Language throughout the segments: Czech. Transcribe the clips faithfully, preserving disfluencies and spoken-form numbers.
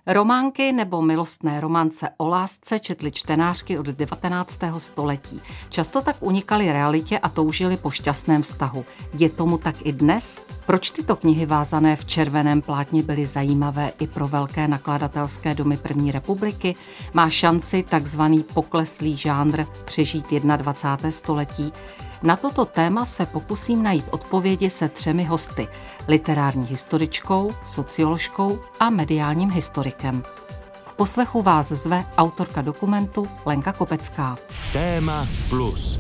Románky nebo milostné romance o lásce četly čtenářky od devatenáctého století. Často tak unikaly realitě a toužily po šťastném vztahu. Je tomu tak i dnes? Proč tyto knihy vázané v červeném plátně byly zajímavé i pro velké nakladatelské domy první republiky? Má šanci takzvaný pokleslý žánr přežít dvacátého prvního století? Na toto téma se pokusím najít odpovědi se třemi hosty. Literární historičkou, socioložkou a mediálním historikem. K poslechu vás zve autorka dokumentu Lenka Kopecká. Téma plus.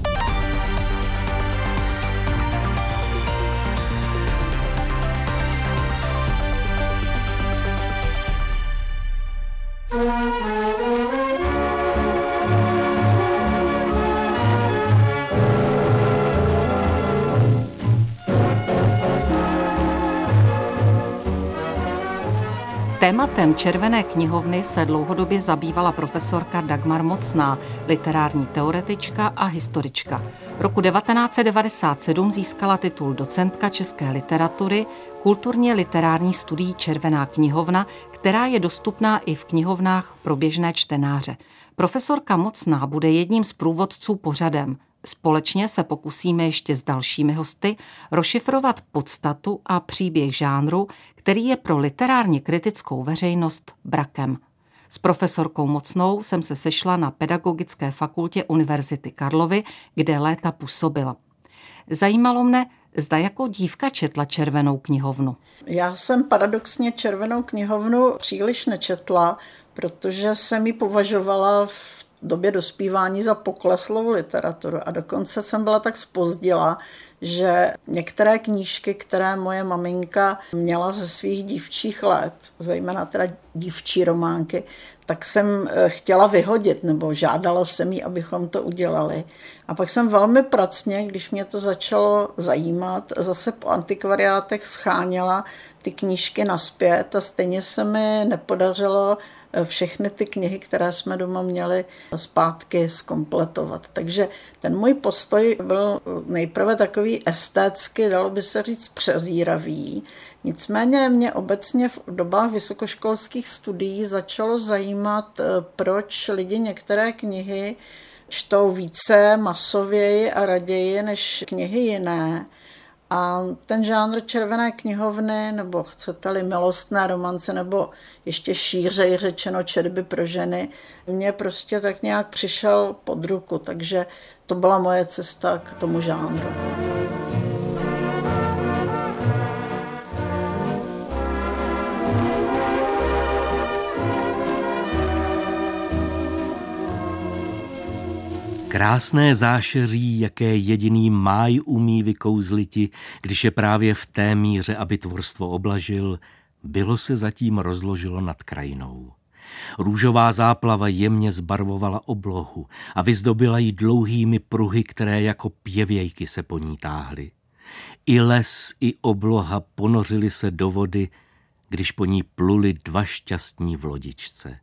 Tématem Červené knihovny se dlouhodobě zabývala profesorka Dagmar Mocná, literární teoretička a historička. Roku devatenáct set devadesát sedm získala titul docentka české literatury kulturně literární studií Červená knihovna, která je dostupná i v knihovnách pro běžné čtenáře. Profesorka Mocná bude jedním z průvodců pořadem. Společně se pokusíme ještě s dalšími hosty rozšifrovat podstatu a příběh žánru, který je pro literárně kritickou veřejnost brakem. S profesorkou Mocnou jsem se sešla na Pedagogické fakultě Univerzity Karlovy, kde léta působila. Zajímalo mne, zda jako dívka četla Červenou knihovnu. Já jsem paradoxně Červenou knihovnu příliš nečetla, protože jsem ji považovala v době dospívání za pokleslou literaturu a dokonce jsem byla tak zpozdila, že některé knížky, které moje maminka měla ze svých dívčích let, zejména teda dívčí románky, tak jsem chtěla vyhodit, nebo žádala jsem jí, abychom to udělali. A pak jsem velmi pracně, když mě to začalo zajímat, zase po antikvariátech scháněla ty knížky nazpět a stejně se mi nepodařilo všechny ty knihy, které jsme doma měli, zpátky zkompletovat. Takže ten můj postoj byl nejprve takový estétsky, dalo by se říct, přezíravý. Nicméně mě obecně v dobách vysokoškolských studií začalo zajímat, proč lidi některé knihy čtou více, masověji a raději než knihy jiné. A ten žánr Červené knihovny, nebo chcete-li milostné romance, nebo ještě šířej řečeno četby pro ženy, mě prostě tak nějak přišel pod ruku, takže to byla moje cesta k tomu žánru. Krásné zášeří, jaké jediný máj umí vykouzliti, když je právě v té míře, aby tvorstvo oblažil, bylo se zatím rozložilo nad krajinou. Růžová záplava jemně zbarvovala oblohu a vyzdobila ji dlouhými pruhy, které jako pěvějky se po ní táhly. I les, i obloha ponořily se do vody, když po ní pluli dva šťastní v lodičce.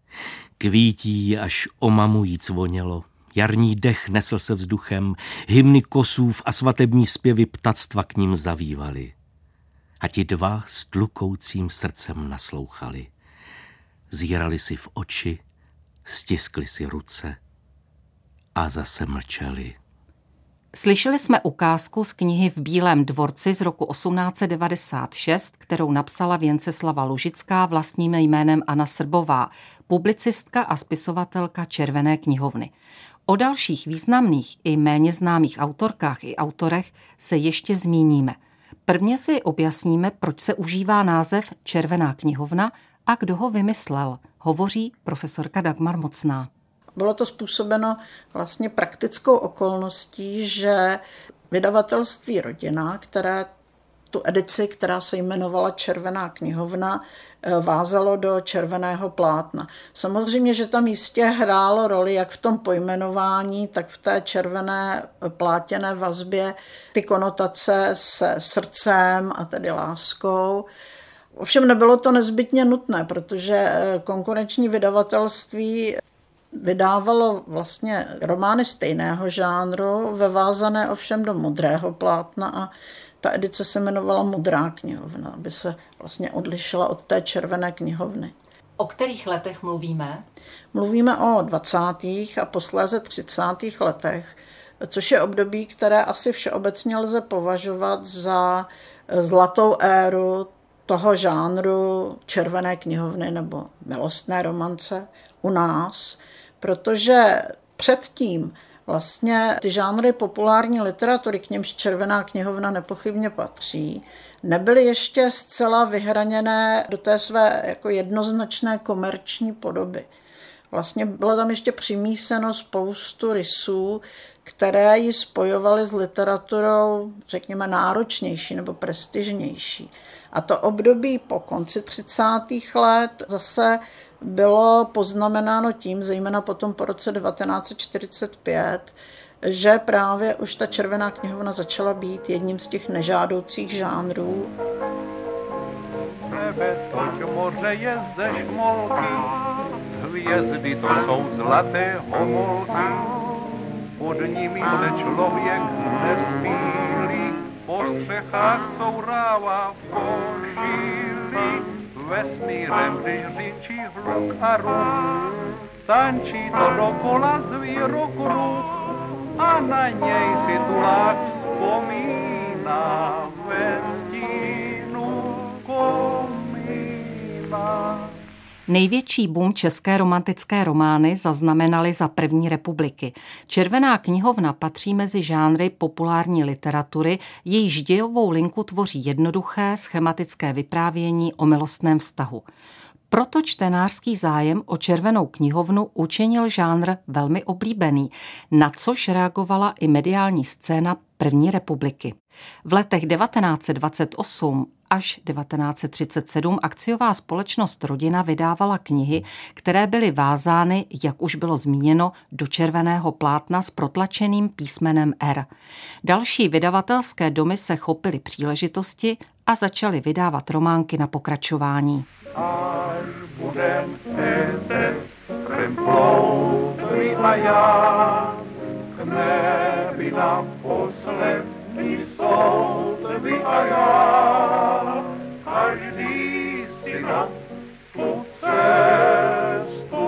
Kvítí až omamujíc vonělo. Jarní dech nesl se vzduchem, hymny kosův a svatební zpěvy ptactva k ním zavívaly. A ti dva s tlukoucím srdcem naslouchali. Zírali si v oči, stiskli si ruce a zase mlčeli. Slyšeli jsme ukázku z knihy V bílém dvorci z roku osmnáct set devadesát šest, kterou napsala Věnceslava Lužická vlastním jménem Anna Srbová, publicistka a spisovatelka Červené knihovny. O dalších významných i méně známých autorkách i autorech se ještě zmíníme. Prvně si objasníme, proč se užívá název Červená knihovna a kdo ho vymyslel, hovoří profesorka Dagmar Mocná. Bylo to způsobeno vlastně praktickou okolností, že vydavatelství Rodina, které tu edici, která se jmenovala Červená knihovna, vázalo do červeného plátna. Samozřejmě, že tam jistě hrálo roli jak v tom pojmenování, tak v té červené plátěné vazbě ty konotace se srdcem a tedy láskou. Ovšem nebylo to nezbytně nutné, protože konkurenční vydavatelství vydávalo vlastně romány stejného žánru, vevázané ovšem do modrého plátna a ta edice se jmenovala Modrá knihovna, aby se vlastně odlišila od té Červené knihovny. O kterých letech mluvíme? Mluvíme o dvacátých a posléze třicátých letech, což je období, které asi všeobecně lze považovat za zlatou éru toho žánru červené knihovny nebo milostné romance u nás, protože předtím vlastně ty žánry populární literatury, k němž červená knihovna nepochybně patří, nebyly ještě zcela vyhraněné do té své jako jednoznačné komerční podoby. Vlastně bylo tam ještě přimíseno spoustu rysů, které ji spojovaly s literaturou, řekněme, náročnější nebo prestižnější. A to období po konci třicátých let zase bylo poznamenáno tím, zejména potom po roce devatenáct set čtyřicet pět, že právě už ta červená knihovna začala být jedním z těch nežádoucích žánrů. Nebe, toť moře je ze šmolky, hvězdy to jsou zlaté homolky, pod nimi se člověk nespílí, po střechách jsou ráva v košíli, vesmírem, když řičí hluk a ruch, tančí to dokola zvěrokruh a na něj si tulák vzpomíná ve stínu komína. Největší boom české romantické romány zaznamenaly za první republiky. Červená knihovna patří mezi žánry populární literatury, jejíž dějovou linku tvoří jednoduché, schematické vyprávění o milostném vztahu. Proto čtenářský zájem o červenou knihovnu učinil žánr velmi oblíbený, na což reagovala i mediální scéna první republiky. V letech devatenáct set dvacet osm až devatenáct set třicet sedm akciová společnost Rodina vydávala knihy, které byly vázány, jak už bylo zmíněno, do červeného plátna s protlačeným písmenem R. Další vydavatelské domy se chopily příležitosti a začaly vydávat románky na pokračování. Až budem éter kremplout vy a já, k nebi naposled jsou vy a já, každý si na tu cestu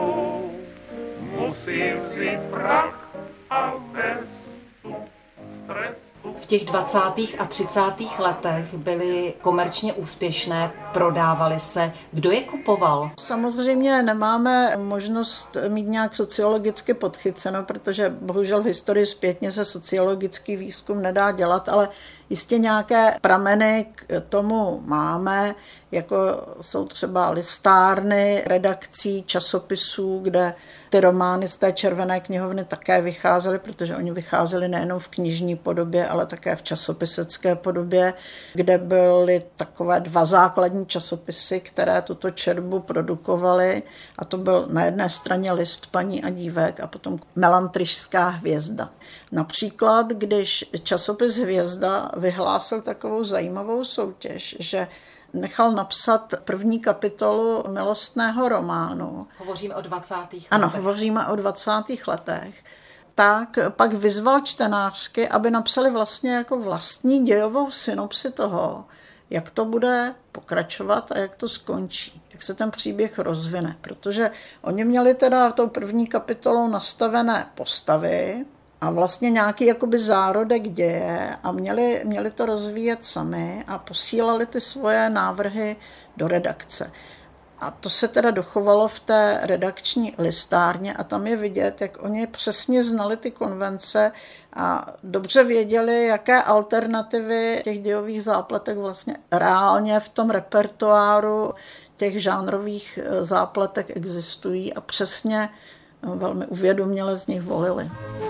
musí vzít prach a vestu stres. V těch dvacátých a třicátých letech byly komerčně úspěšné, prodávaly se. Kdo je kupoval? Samozřejmě nemáme možnost mít nějak sociologicky podchyceno, protože bohužel v historii zpětně se sociologický výzkum nedá dělat, ale jistě nějaké prameny k tomu máme, jako jsou třeba listárny redakcí, časopisů, kde ty romány z té červené knihovny také vycházely, protože oni vycházeli nejenom v knižní podobě, ale také v časopisecké podobě, kde byly takové dva základní časopisy, které tuto četbu produkovaly, a to byl na jedné straně List paní a dívek a potom Melantrišská hvězda. Například, když časopis Hvězda vyhlásil takovou zajímavou soutěž, že nechal napsat první kapitolu milostného románu. Hovoříme o dvacátých letech. Ano, hovoříme o dvacátých letech. Tak pak vyzval čtenářky, aby napsali vlastně jako vlastní dějovou synopsi toho, jak to bude pokračovat a jak to skončí, jak se ten příběh rozvine. Protože oni měli teda tou první kapitolou nastavené postavy a vlastně nějaký jakoby zárodek děje a měli, měli to rozvíjet sami a posílali ty svoje návrhy do redakce. A to se teda dochovalo v té redakční listárně a tam je vidět, jak oni přesně znali ty konvence a dobře věděli, jaké alternativy těch dějových zápletek vlastně reálně v tom repertoáru těch žánrových zápletek existují a přesně velmi uvědoměle z nich volili.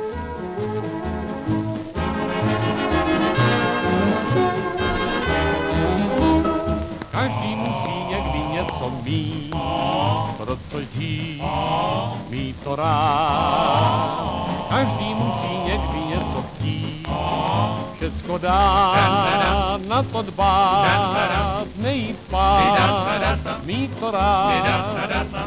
Každý musí někdy něco mít, pro co žít, mít to rád. Každý musí někdy něco chtít, všecko dát, na to dbát, nejít spát, mít to rád,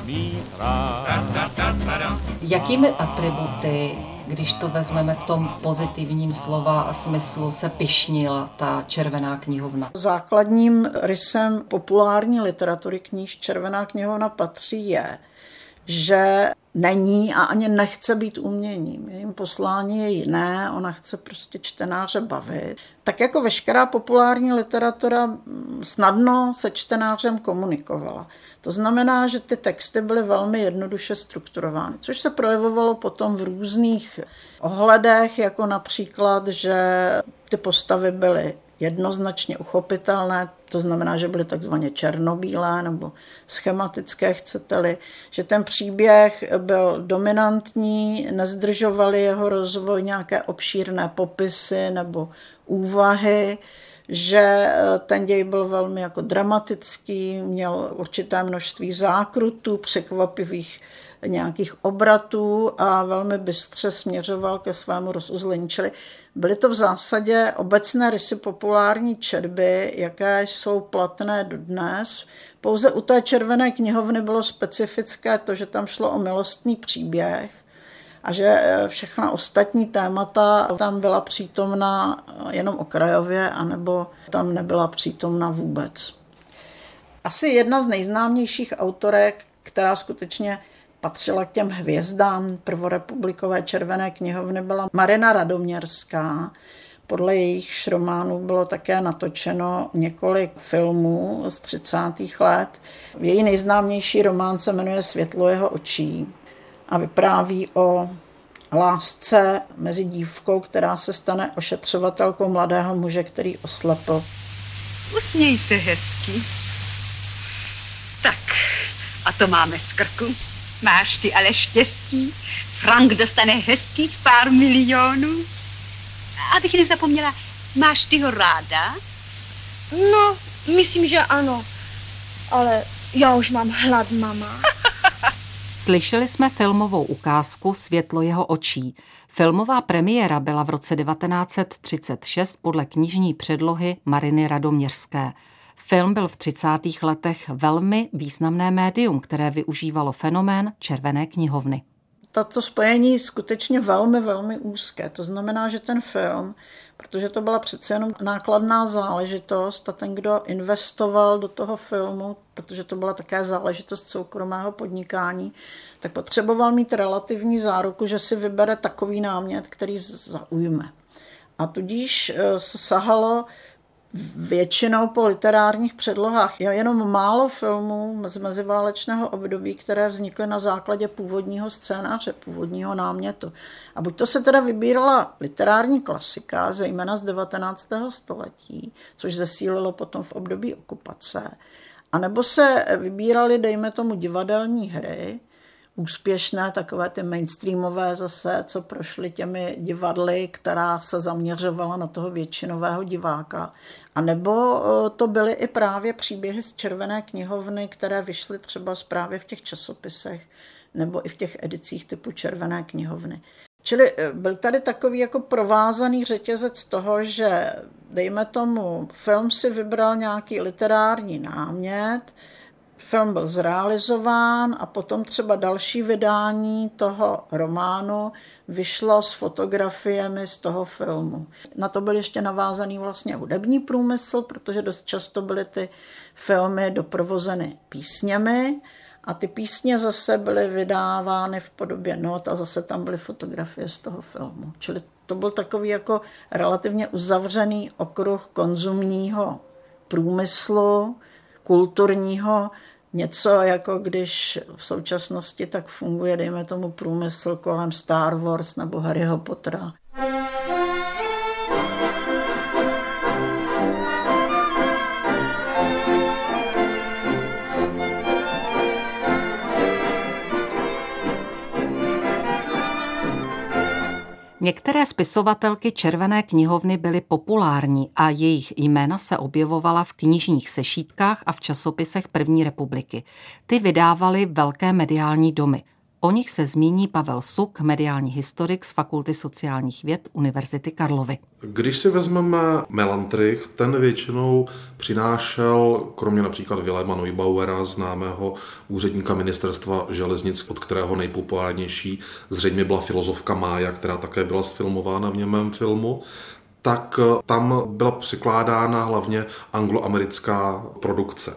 mít rád. Jakými atributy, když to vezmeme v tom pozitivním slova smyslu, se pyšnila ta Červená knihovna? Základním rysem populární literatury, k níž Červená knihovna patří, je, že není a ani nechce být uměním. Jejím poslání je jiné, ona chce prostě čtenáře bavit. Tak jako veškerá populární literatura snadno se čtenářem komunikovala. To znamená, že ty texty byly velmi jednoduše strukturovány, což se projevovalo potom v různých ohledech, jako například, že ty postavy byly jednoznačně uchopitelné, to znamená, že byly takzvaně černobílé nebo schematické, chcete-li, že ten příběh byl dominantní, nezdržovaly jeho rozvoj nějaké obšírné popisy nebo úvahy, že ten děj byl velmi jako dramatický, měl určité množství zákrutů, překvapivých nějakých obratů a velmi bystře směřoval ke svému rozuzlení. Čili byly to v zásadě obecné rysy populární četby, jaké jsou platné dodnes. Pouze u té Červené knihovny bylo specifické to, že tam šlo o milostný příběh a že všechna ostatní témata tam byla přítomna jenom okrajově, anebo tam nebyla přítomna vůbec. Asi jedna z nejznámějších autorek, která skutečně patřila k těm hvězdám prvorepublikové Červené knihovny, byla Marina Radoměřská. Podle jejich románů bylo také natočeno několik filmů z třicátých let. Její nejznámější román se jmenuje Světlo jeho očí a vypráví o lásce mezi dívkou, která se stane ošetřovatelkou mladého muže, který oslepl. Usměj se hezky. Tak, a to máme z krku. Máš ty ale štěstí. Frank dostane hezkých pár milionů. Abych nezapomněla, máš ty ho ráda? No, myslím, že ano. Ale já už mám hlad, mama. Slyšeli jsme filmovou ukázku Světlo jeho očí. Filmová premiéra byla v roce devatenáct set třicet šest podle knižní předlohy Mariny Radoměřské. Film byl v třicátých letech velmi významné médium, které využívalo fenomén Červené knihovny. Tato spojení je skutečně velmi, velmi úzké. To znamená, že ten film, protože to byla přece jenom nákladná záležitost a ten, kdo investoval do toho filmu, protože to byla také záležitost soukromého podnikání, tak potřeboval mít relativní záruku, že si vybere takový námět, který zaujme. A tudíž se sahalo většinou po literárních předlohách. Je jenom málo filmů z meziválečného období, které vznikly na základě původního scénáře, původního námětu. A buď to se teda vybírala literární klasika, zejména z devatenáctého století, což zesílilo potom v období okupace, anebo se vybíraly, dejme tomu, divadelní hry, úspěšné, takové ty mainstreamové zase, co prošly těmi divadly, která se zaměřovala na toho většinového diváka. A nebo to byly i právě příběhy z Červené knihovny, které vyšly třeba právě v těch časopisech nebo i v těch edicích typu Červené knihovny. Čili byl tady takový jako provázaný řetězec toho, že dejme tomu, film si vybral nějaký literární námět, film byl zrealizován a potom třeba další vydání toho románu vyšlo s fotografiemi z toho filmu. Na to byl ještě navázaný vlastně hudební průmysl, protože dost často byly ty filmy doprovozeny písněmi a ty písně zase byly vydávány v podobě not a zase tam byly fotografie z toho filmu. Čili to byl takový jako relativně uzavřený okruh konzumního průmyslu, kulturního, něco jako když v současnosti tak funguje, dejme tomu, průmysl kolem Star Wars nebo Harryho Pottera. Některé spisovatelky Červené knihovny byly populární a jejich jména se objevovala v knižních sešítkách a v časopisech první republiky. Ty vydávaly velké mediální domy. O nich se zmíní Pavel Suk, mediální historik z Fakulty sociálních věd Univerzity Karlovy. Když si vezmeme Melantrich, ten většinou přinášel, kromě například Viléma Neubauera, známého úředníka ministerstva železnic, od kterého nejpopulárnější zřejmě byla filozofka Mája, která také byla sfilmována v němém filmu, tak tam byla překládána hlavně angloamerická produkce.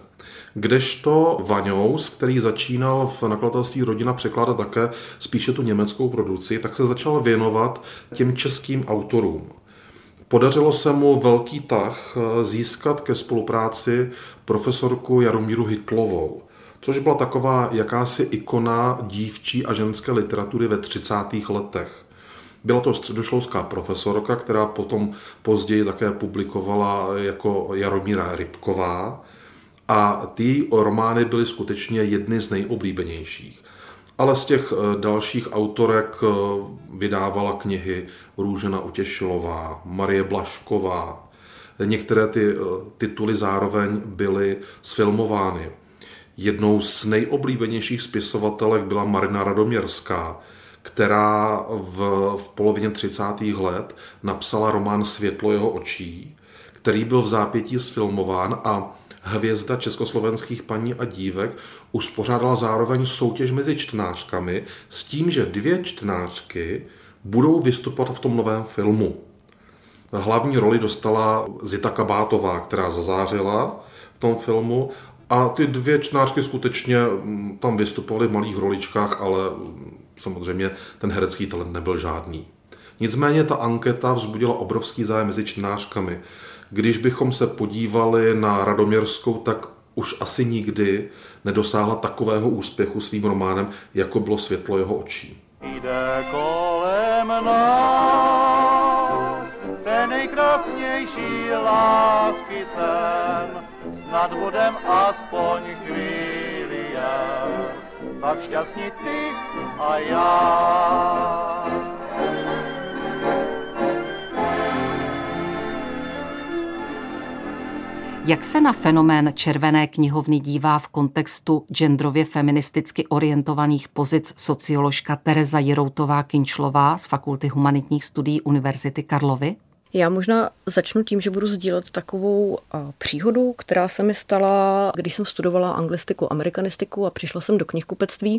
Kdežto Vaňous, který začínal v nakladatelství Rodina překládat také spíše tu německou produkci, tak se začal věnovat těm českým autorům. Podařilo se mu velký tah získat ke spolupráci profesorku Jaromíru Hitlovou, což byla taková jakási ikona dívčí a ženské literatury ve třicátých letech. Byla to středoškolská profesorka, která potom později také publikovala jako Jaromíra Rybková, a ty romány byly skutečně jedny z nejoblíbenějších. Ale z těch dalších autorek vydávala knihy Růžena Utěšilová, Marie Blažková. Některé ty tituly zároveň byly sfilmovány. Jednou z nejoblíbenějších spisovatelek byla Marina Radoměrská, která v, v polovině třicátých let napsala román Světlo jeho očí, který byl v zápětí sfilmován, a Hvězda československých paní a dívek uspořádala zároveň soutěž mezi čtenářkami s tím, že dvě čtenářky budou vystupovat v tom novém filmu. Hlavní roli dostala Zita Kabátová, která zazářila v tom filmu, a ty dvě čtenářky skutečně tam vystupovaly v malých roličkách, ale samozřejmě ten herecký talent nebyl žádný. Nicméně ta anketa vzbudila obrovský zájem mezi čtenářkami. Když bychom se podívali na Radoměrskou, tak už asi nikdy nedosáhla takového úspěchu svým románem, jako bylo Světlo jeho očí. Jde kolem nás ten nejkrásnější lásky sen, snad budem aspoň chvíli jen, tak šťastní ty a já. Jak se na fenomén Červené knihovny dívá v kontextu genderově feministicky orientovaných pozic socioložka Tereza Jiroutová-Kinčlová z Fakulty humanitních studií Univerzity Karlovy? Já možná začnu tím, že budu sdílet takovou příhodu, která se mi stala, když jsem studovala anglistiku, amerikanistiku a přišla jsem do knihkupectví.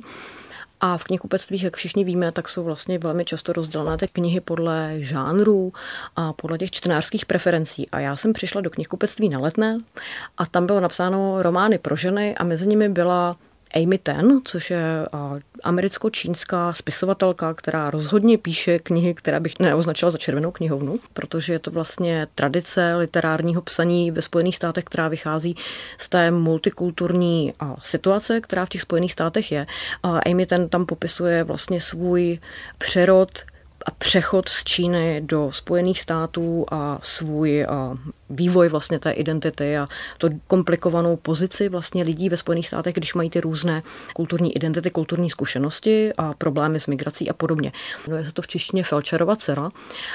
A v knihkupectvích, jak všichni víme, tak jsou vlastně velmi často rozdělené ty knihy podle žánrů a podle těch čtenářských preferencí. A já jsem přišla do knihkupectví na Letné a tam bylo napsáno romány pro ženy a mezi nimi byla Amy Tan, což je americko-čínská spisovatelka, která rozhodně píše knihy, které bych neoznačila za červenou knihovnu, protože je to vlastně tradice literárního psaní ve Spojených státech, která vychází z té multikulturní situace, která v těch Spojených státech je. A Amy Tan tam popisuje vlastně svůj přerod a přechod z Číny do Spojených států a svůj a vývoj vlastně té identity a to komplikovanou pozici vlastně lidí ve Spojených státech, když mají ty různé kulturní identity, kulturní zkušenosti a problémy s migrací a podobně. No, je to v češtině Felčerova dcera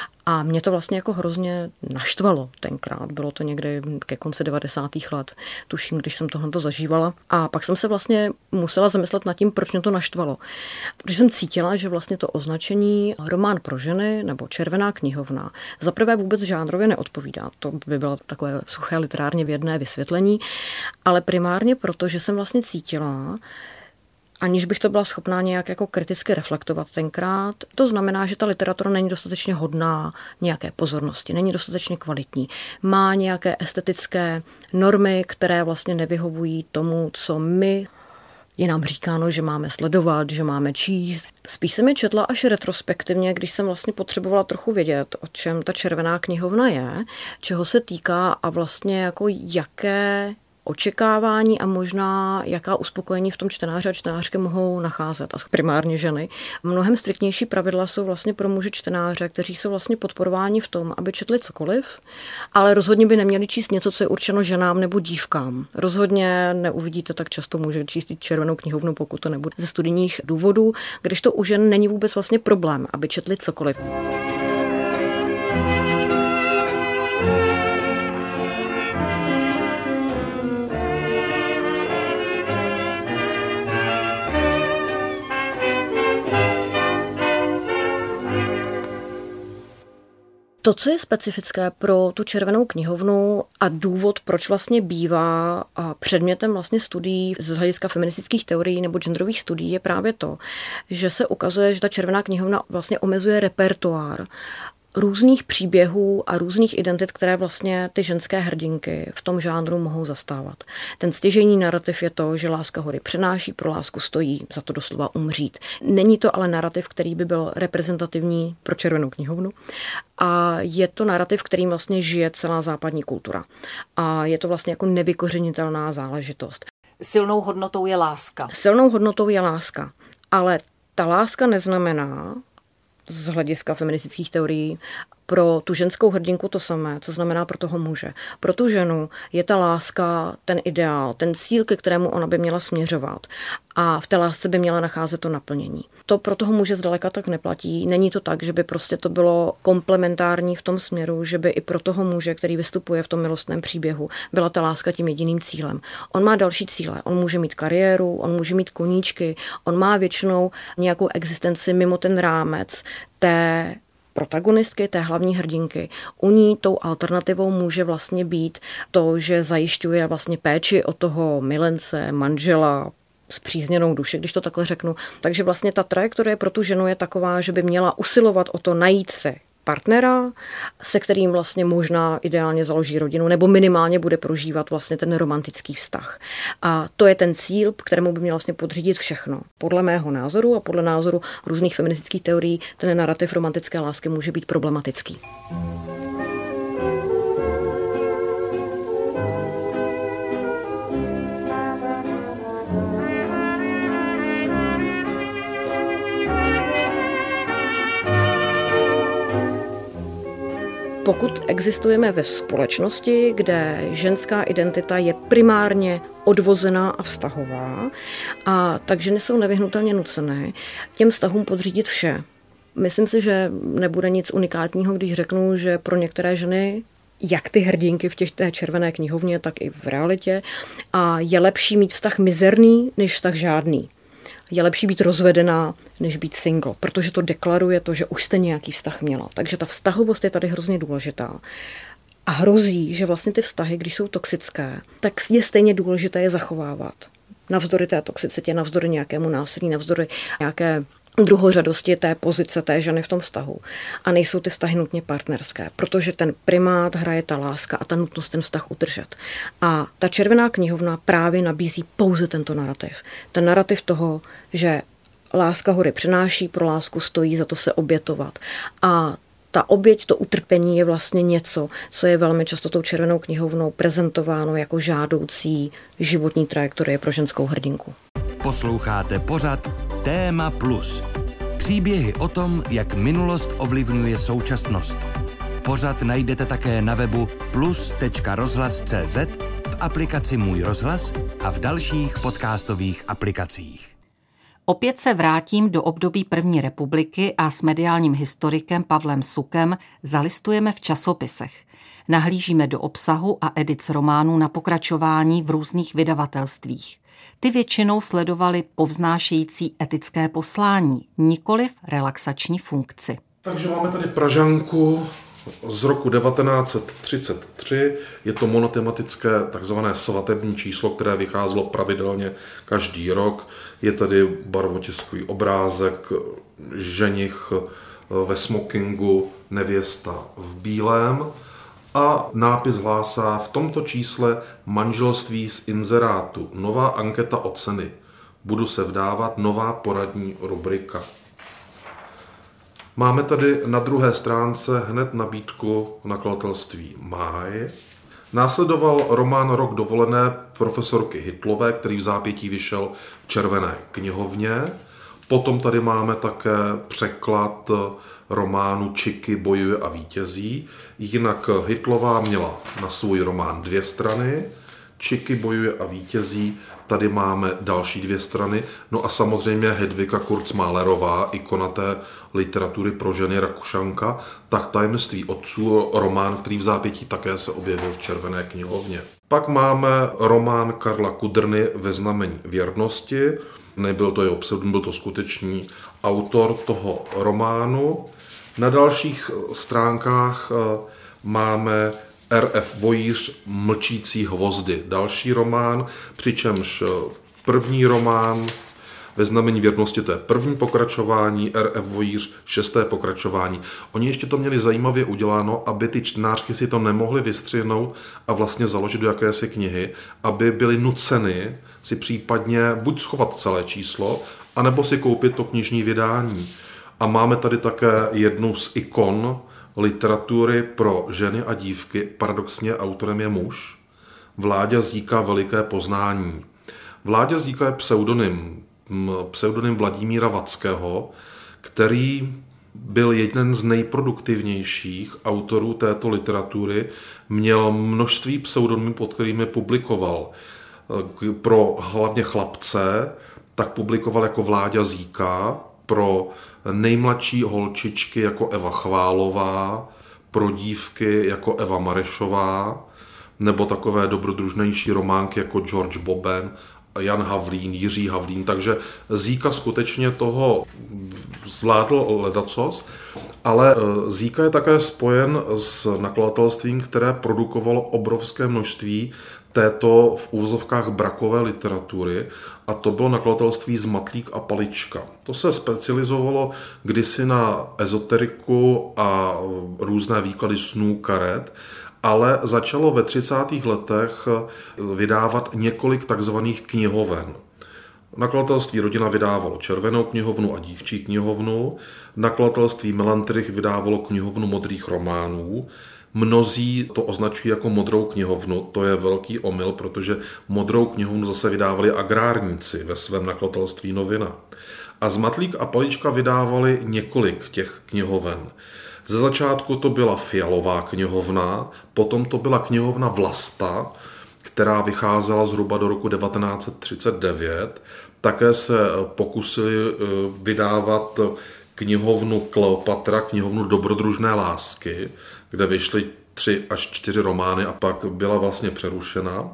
a mě to vlastně jako hrozně naštvalo tenkrát. Bylo to někdy ke konci devadesátých let, tuším, když jsem tohle zažívala. A pak jsem se vlastně musela zamyslet nad tím, proč mě to naštvalo. Protože jsem cítila, že vlastně to označení román pro ženy nebo Červená knihovna zaprvé vůbec žánrově neodpovídá. To by bylo takové suché literárně vědné vysvětlení, ale primárně proto, že jsem vlastně cítila, aniž bych to byla schopná nějak jako kriticky reflektovat tenkrát. To znamená, že ta literatura není dostatečně hodná nějaké pozornosti, není dostatečně kvalitní. Má nějaké estetické normy, které vlastně nevyhovují tomu, co my je nám říkáno, že máme sledovat, že máme číst. Spíš jsem je četla až retrospektivně, když jsem vlastně potřebovala trochu vědět, o čem ta Červená knihovna je, čeho se týká a vlastně jako jaké očekávání a možná jaká uspokojení v tom čtenáři a čtenářky mohou nacházet. A primárně ženy. Mnohem striktnější pravidla jsou vlastně pro muže čtenáře, kteří jsou vlastně podporováni v tom, aby četli cokoliv, ale rozhodně by neměli číst něco, co je určeno ženám nebo dívkám. Rozhodně neuvidíte tak často muže číst Červenou knihovnu, pokud to nebude ze studijních důvodů, když to u žen není vůbec vlastně problém, aby četli cokoliv. To, co je specifické pro tu Červenou knihovnu a důvod, proč vlastně bývá předmětem vlastně studií z hlediska feministických teorií nebo genderových studií, je právě to, že se ukazuje, že ta Červená knihovna vlastně omezuje repertoár různých příběhů a různých identit, které vlastně ty ženské hrdinky v tom žánru mohou zastávat. Ten stěžejní narrativ je to, že láska hory přenáší, pro lásku stojí, za to doslova umřít. Není to ale narrativ, který by byl reprezentativní pro Červenou knihovnu. A je to narrativ, kterým vlastně žije celá západní kultura. A je to vlastně jako nevykořenitelná záležitost. Silnou hodnotou je láska. Silnou hodnotou je láska. Ale ta láska neznamená z hlediska feministických teorií pro tu ženskou hrdinku to samé, co znamená pro toho muže. Pro tu ženu je ta láska ten ideál, ten cíl, ke kterému ona by měla směřovat. A v té lásce by měla nacházet to naplnění. To pro toho muže zdaleka tak neplatí. Není to tak, že by prostě to bylo komplementární v tom směru, že by i pro toho muže, který vystupuje v tom milostném příběhu, byla ta láska tím jediným cílem. On má další cíle. On může mít kariéru, on může mít koníčky, on má většinou nějakou existenci mimo ten rámec té protagonistky, té hlavní hrdinky. U ní tou alternativou může vlastně být to, že zajišťuje vlastně péči o toho milence, manžela, spřízněnou duši, když to takhle řeknu. Takže vlastně ta trajektorie pro tu ženu je taková, že by měla usilovat o to najít si partnera, se kterým vlastně možná ideálně založí rodinu, nebo minimálně bude prožívat vlastně ten romantický vztah. A to je ten cíl, kterému by měl vlastně podřídit všechno. Podle mého názoru a podle názoru různých feministických teorií ten narrativ romantické lásky může být problematický. Pokud existujeme ve společnosti, kde ženská identita je primárně odvozená a vztahová, a tak ženy jsou nevyhnutelně nucené těm vztahům podřídit vše. Myslím si, že nebude nic unikátního, když řeknu, že pro některé ženy, jak ty hrdinky v těch té Červené knihovně, tak i v realitě, a je lepší mít vztah mizerný, než vztah žádný. Je lepší být rozvedená, než být single, protože to deklaruje to, že už jste nějaký vztah měla. Takže ta vztahovost je tady hrozně důležitá. A hrozí, že vlastně ty vztahy, když jsou toxické, tak je stejně důležité je zachovávat. Navzdory té toxicitě, navzdory nějakému násilí, navzdory nějaké druhořadosti té pozice té ženy v tom vztahu. A nejsou ty vztahy nutně partnerské, protože ten primát hraje ta láska a ta nutnost ten vztah udržet. A ta Červená knihovna právě nabízí pouze tento narrativ. Ten narrativ toho, že láska hory přenáší, pro lásku stojí, za to se obětovat. A ta oběť, to utrpení je vlastně něco, co je velmi často tou Červenou knihovnou prezentováno jako žádoucí životní trajektorie pro ženskou hrdinku. Posloucháte pořad Téma Plus. Příběhy o tom, jak minulost ovlivňuje současnost. Pořad najdete také na webu plus tečka rozhlas tečka cé zet, v aplikaci Můj rozhlas a v dalších podcastových aplikacích. Opět se vrátím do období první republiky a s mediálním historikem Pavlem Sukem zalistujeme v časopisech. Nahlížíme do obsahu a edic románů na pokračování v různých vydavatelstvích. Ty většinou sledovaly povznášející etické poslání, nikoliv relaxační funkci. Takže máme tady Pražanku z roku devatenáct set třicet tři. Je to monotematické takzvané svatební číslo, které vycházelo pravidelně každý rok. Je tady barvotiskový obrázek, ženich ve smokingu, nevěsta v bílém. A nápis hlásá: v tomto čísle manželství z inzerátu, nová anketa o ceny. Budu se vdávat, nová poradní rubrika. Máme tady na druhé stránce hned nabídku nakladatelství Máj. Následoval román Rok dovolené profesorky Hytlové, který v zápětí vyšel v Červené knihovně. Potom tady máme také překlad románu Čiky bojuje a vítězí. Jinak Hytlová měla na svůj román dvě strany. Čiky bojuje a vítězí, tady máme další dvě strany. No a samozřejmě Hedvika Kurzmálerová, ikona té literatury pro ženy, Rakušanka, tak Tajemství otců, román, který v zápětí také se objevil v Červené knihovně. Pak máme román Karla Kudrny Ve znamení věrnosti. Nebyl to jeho pseudonym, byl to skutečný autor toho románu. Na dalších stránkách máme R F Vojíř Mlčící hvozdy, další román, přičemž první román Ve znamení věrnosti, to je první pokračování, R F Vojíř šesté pokračování. Oni ještě to měli zajímavě uděláno, aby ty čtenářky si to nemohli vystřihnout a vlastně založit do jakési knihy, aby byly nuceny si případně buď schovat celé číslo, anebo si koupit to knižní vydání. A máme tady také jednu z ikon literatury pro ženy a dívky, paradoxně autorem je muž, Vláďa Zíka Veliké poznání. Vláďa Zíka je pseudonym, pseudonym Vladimíra Vackého, který byl jeden z nejproduktivnějších autorů této literatury, měl množství pseudonymů, pod kterými publikoval. Pro hlavně chlapce tak publikoval jako Vláďa Zíka, pro nejmladší holčičky jako Eva Chválová, pro dívky jako Eva Marešová, nebo takové dobrodružnější románky jako George Boben, Jan Havlín, Jiří Havlín, takže Zíka skutečně toho zvládl ledacos, ale Zíka je také spojen s nakladatelstvím, které produkovalo obrovské množství této v úvozovkách brakové literatury, a to bylo nakladatelství Zmatlík a Palička. To se specializovalo kdysi na ezoteriku a různé výklady snů, karet, ale začalo ve třicátých letech vydávat několik takzvaných knihoven. Nakladatelství Rodina vydávalo Červenou knihovnu a Dívčí knihovnu, nakladatelství Melantrich vydávalo knihovnu modrých románů. Mnozí to označují jako modrou knihovnu, to je velký omyl, protože modrou knihovnu zase vydávali agrárníci ve svém nakladatelství Novina. A Zmatlík a Palička vydávali několik těch knihoven. Ze začátku to byla Fialová knihovna, potom to byla knihovna Vlasta, která vycházela zhruba do roku devatenáct set třicet devět. Také se pokusili vydávat knihovnu Kleopatra, knihovnu Dobrodružné lásky, kde vyšly tři až čtyři romány a pak byla vlastně přerušena.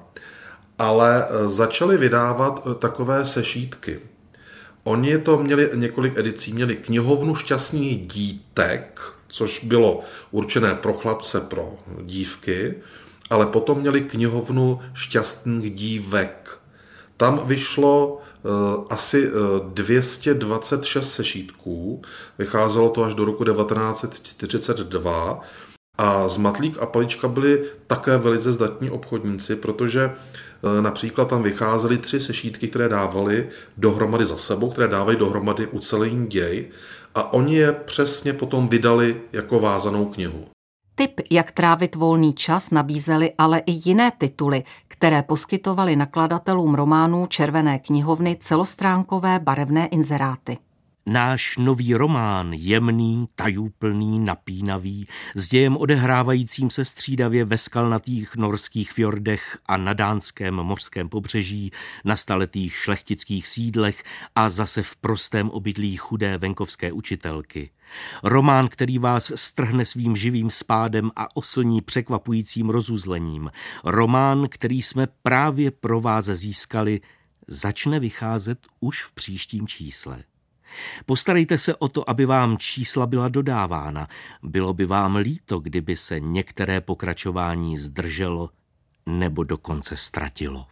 Ale začali vydávat takové sešítky. Oni to měli několik edicí, měli knihovnu Šťastných dítek, což bylo určené pro chlapce, pro dívky, ale potom měli knihovnu Šťastných dívek. Tam vyšlo uh, asi dvě stě dvacet šest sešítků, vycházelo to až do roku devatenáct set čtyřicet dva a Zmatlík a Palička byli také velice zdatní obchodníci, protože uh, například tam vycházely tři sešítky, které dávaly dohromady za sebou, které dávají dohromady ucelený děj, a oni je přesně potom vydali jako vázanou knihu. Tip, jak trávit volný čas, nabízely ale i jiné tituly, které poskytovaly nakladatelům románů Červené knihovny celostránkové barevné inzeráty. Náš nový román, jemný, tajúplný, napínavý, s dějem odehrávajícím se střídavě ve skalnatých norských fjordech a na dánském mořském pobřeží, na staletých šlechtických sídlech a zase v prostém obydlí chudé venkovské učitelky. Román, který vás strhne svým živým spádem a oslní překvapujícím rozuzlením. Román, který jsme právě pro vás získali, začne vycházet už v příštím čísle. Postarejte se o to, aby vám čísla byla dodávána. Bylo by vám líto, kdyby se některé pokračování zdrželo nebo dokonce ztratilo.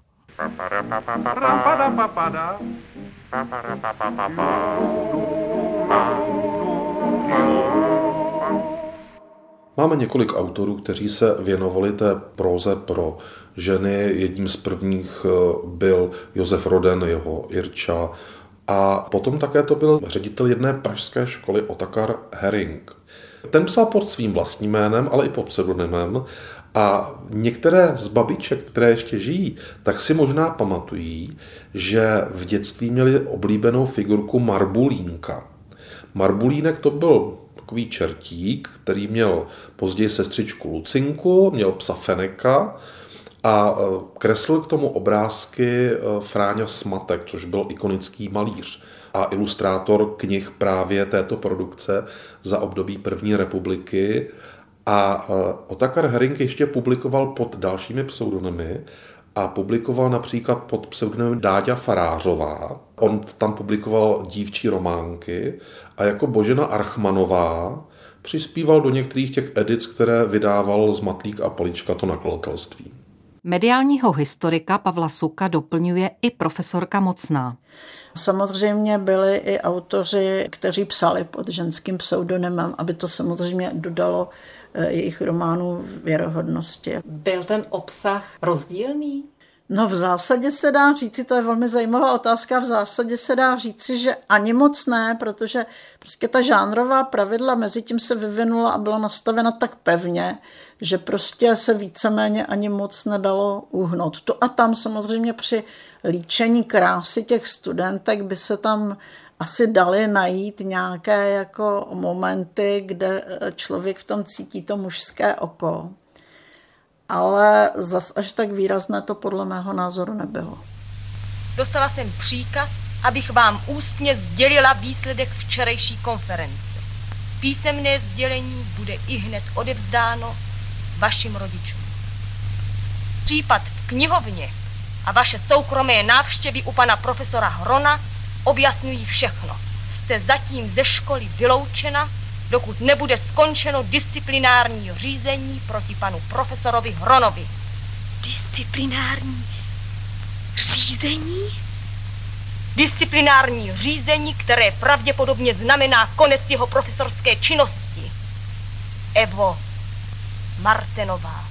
Máme několik autorů, kteří se věnovali té próze pro ženy. Jedním z prvních byl Josef Roden, jeho Irča, a potom také to byl ředitel jedné pražské školy Otakar Herring. Ten psal pod svým vlastním jménem, ale i pod pseudonymem, a některé z babiček, které ještě žijí, tak si možná pamatují, že v dětství měli oblíbenou figurku Marbulínka. Marbulínek to byl takový čertík, který měl později sestřičku Lucinku, měl psa Feneka, a kreslil k tomu obrázky Fráňa Smatek, což byl ikonický malíř a ilustrátor knih právě této produkce za období první republiky. A Otakar Herring ještě publikoval pod dalšími pseudonymy a publikoval například pod pseudonymem Dáďa Farářová. On tam publikoval dívčí románky a jako Božena Archmanová přispíval do některých těch edic, které vydával Zmatlík a Palička, to nakladatelství. Mediálního historika Pavla Suka doplňuje i profesorka Mocná. Samozřejmě byli i autoři, kteří psali pod ženským pseudonymem, aby to samozřejmě dodalo jejich románů věrohodnosti. Byl ten obsah rozdílný? No v zásadě se dá říci, to je velmi zajímavá otázka, v zásadě se dá říci, že ani moc ne, protože prostě ta žánrová pravidla mezi tím se vyvinula a byla nastavena tak pevně, že prostě se víceméně ani moc nedalo uhnout. To a tam samozřejmě při líčení krásy těch studentek by se tam asi dali najít nějaké jako momenty, kde člověk v tom cítí to mužské oko. Ale zas až tak výrazné to podle mého názoru nebylo. Dostala jsem příkaz, abych vám ústně sdělila výsledek včerejší konference. Písemné sdělení bude ihned odevzdáno vašim rodičům. Případ v knihovně a vaše soukromé návštěvy u pana profesora Hrona objasňují všechno. Jste zatím ze školy vyloučena, dokud nebude skončeno disciplinární řízení proti panu profesorovi Hronovi. Disciplinární řízení? Disciplinární řízení, které pravděpodobně znamená konec jeho profesorské činnosti. Evo Martenová.